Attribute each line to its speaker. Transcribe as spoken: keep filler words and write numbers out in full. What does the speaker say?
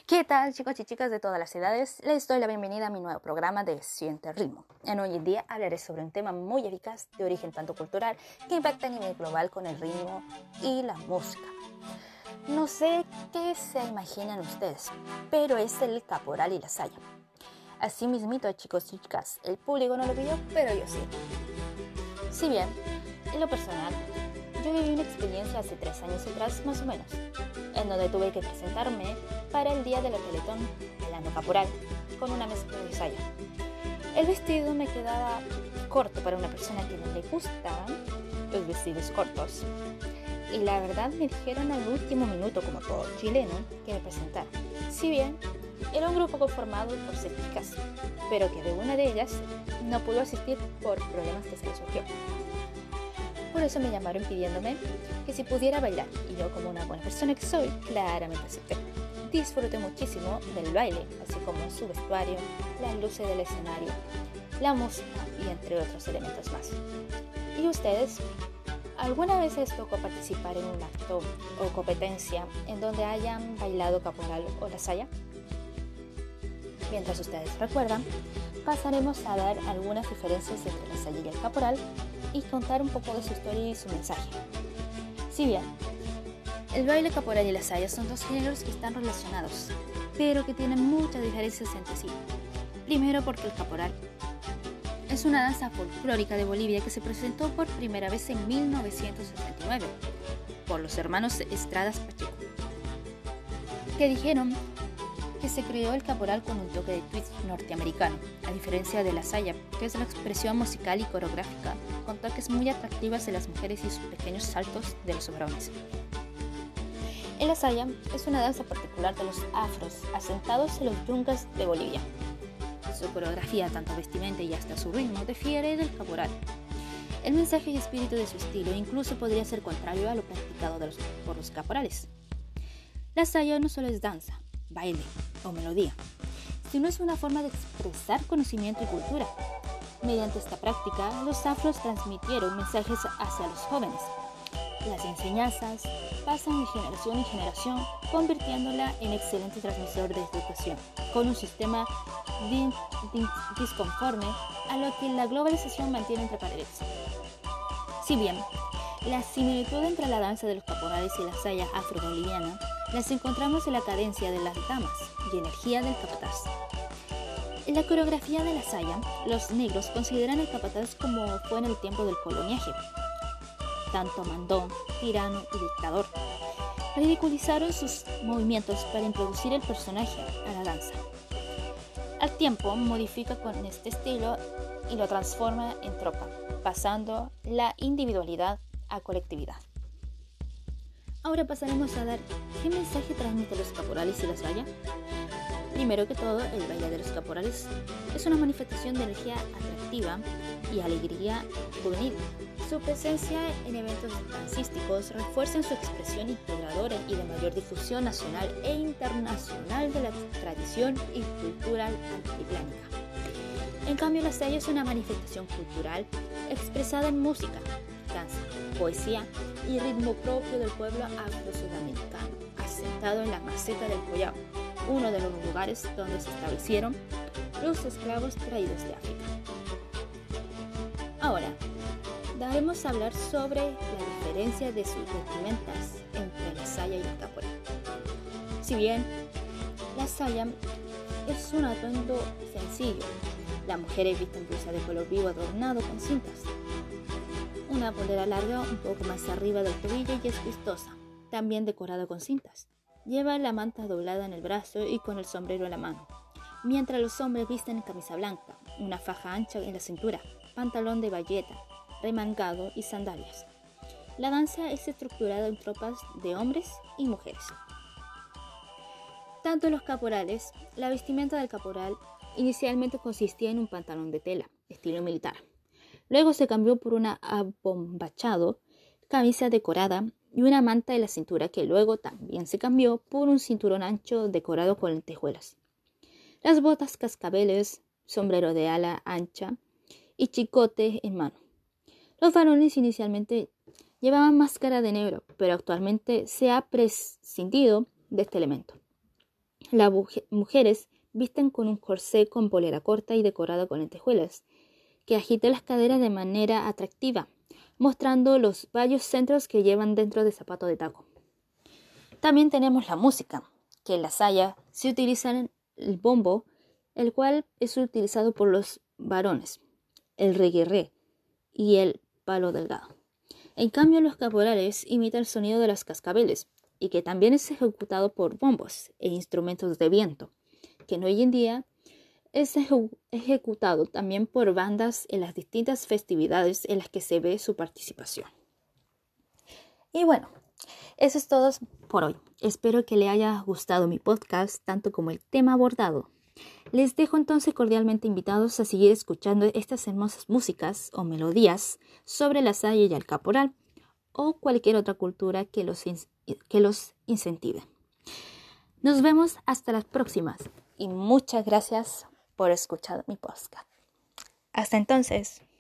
Speaker 1: ¿Qué tal, chicos y chicas de todas las edades? Les doy la bienvenida a mi nuevo programa de Siente el Ritmo. En hoy en día hablaré sobre un tema muy eficaz de origen tanto cultural que impacta a nivel global con el ritmo y la música. No sé qué se imaginan ustedes, pero es el caporal y la saya. Así mismito, chicos y chicas, el público no lo pidió, pero yo sí. Si bien, en lo personal, yo viví una experiencia hace tres años atrás más o menos, en donde tuve que presentarme para el día de la Teletón bailando caporal con una mezcla de saya. El vestido me quedaba corto para una persona que no le gustaban los vestidos cortos. Y la verdad me dijeron al último minuto, como todo chileno, que me presentara. Si bien era un grupo conformado por seis chicas, pero que de una de ellas no pudo asistir por problemas que se le surgió. Por eso me llamaron pidiéndome que si pudiera bailar, y yo, como una buena persona que soy, claramente acepté. Disfruté muchísimo del baile, así como su vestuario, las luces del escenario, la música y entre otros elementos más. ¿Y ustedes? ¿Alguna vez les tocó participar en un acto o competencia en donde hayan bailado caporal o la saya? Mientras ustedes recuerdan, pasaremos a dar algunas diferencias entre la saya y el caporal y contar un poco de su historia y su mensaje. Si bien, el baile caporal y la saya son dos géneros que están relacionados, pero que tienen muchas diferencias entre sí. Primero porque el caporal es una danza folclórica de Bolivia que se presentó por primera vez en mil novecientos sesenta y nueve por los hermanos Estradas Pacheco, que dijeron que se creó el caporal con un toque de twist norteamericano, a diferencia de la saya, que es la expresión musical y coreográfica, con toques muy atractivas de las mujeres y sus pequeños saltos de los varones. En la saya es una danza particular de los afros, asentados en los yungas de Bolivia. Su coreografía, tanto vestimenta y hasta su ritmo, difiere del caporal. El mensaje y espíritu de su estilo incluso podría ser contrario a lo practicado de los, por los caporales. La saya no solo es danza, baile o melodía, sino es una forma de expresar conocimiento y cultura. Mediante esta práctica, los afros transmitieron mensajes hacia los jóvenes. Las enseñanzas pasan de generación en generación, convirtiéndola en excelente transmisor de educación, con un sistema din, din, disconforme a lo que la globalización mantiene entre paredes. Si bien, la similitud entre la danza de los caporales y la saya afro-boliviana las encontramos en la cadencia de las damas y energía del capataz. En la coreografía de la saya, los negros consideran al capataz como fue en el tiempo del coloniaje, tanto mandón, tirano y dictador. Ridiculizaron sus movimientos para introducir el personaje a la danza. Al tiempo, modifica con este estilo y lo transforma en tropa, pasando la individualidad a colectividad. Ahora pasaremos a dar qué mensaje transmiten los caporales y la saya. Primero que todo, el baile de los caporales es una manifestación de energía atractiva y alegría juvenil. Su presencia en eventos dancísticos refuerza su expresión integradora y de mayor difusión nacional e internacional de la tradición y cultura altiplánica. En cambio, la saya es una manifestación cultural expresada en música, danza, poesía y ritmo propio del pueblo afro-sudamericano, asentado en la meseta del Collao, uno de los lugares donde se establecieron los esclavos traídos de África. Ahora, daremos a hablar sobre la diferencia de sus vestimentas entre la saya y el caporal. Si bien la saya es un atuendo sencillo, las mujeres visten blusa de color vivo adornado con cintas, una polera larga un poco más arriba del tobillo y es vistosa, también decorada con cintas. Lleva la manta doblada en el brazo y con el sombrero en la mano, mientras los hombres visten camisa blanca, una faja ancha en la cintura, pantalón de bayeta, remangado y sandalias. La danza es estructurada en tropas de hombres y mujeres. Tanto en los caporales, la vestimenta del caporal inicialmente consistía en un pantalón de tela, estilo militar. Luego se cambió por una abombachado, camisa decorada y una manta en la cintura que luego también se cambió por un cinturón ancho decorado con lentejuelas. Las botas cascabeles, sombrero de ala ancha y chicote en mano. Los varones inicialmente llevaban máscara de negro, pero actualmente se ha prescindido de este elemento. Las mujeres visten con un corsé con polera corta y decorada con lentejuelas, que agita las caderas de manera atractiva, mostrando los varios centros que llevan dentro del zapato de taco. También tenemos la música, que en la saya se utiliza el bombo, el cual es utilizado por los varones, el reguerré y el palo delgado. En cambio, los caporales imitan el sonido de los cascabeles, y que también es ejecutado por bombos e instrumentos de viento, que hoy en día es ejecutado también por bandas en las distintas festividades en las que se ve su participación. Y bueno, eso es todo por hoy. Espero que le haya gustado mi podcast, tanto como el tema abordado. Les dejo entonces cordialmente invitados a seguir escuchando estas hermosas músicas o melodías sobre la saya y el caporal, o cualquier otra cultura que los, que los incentive. Nos vemos hasta las próximas y muchas gracias por escuchar mi podcast. Hasta entonces.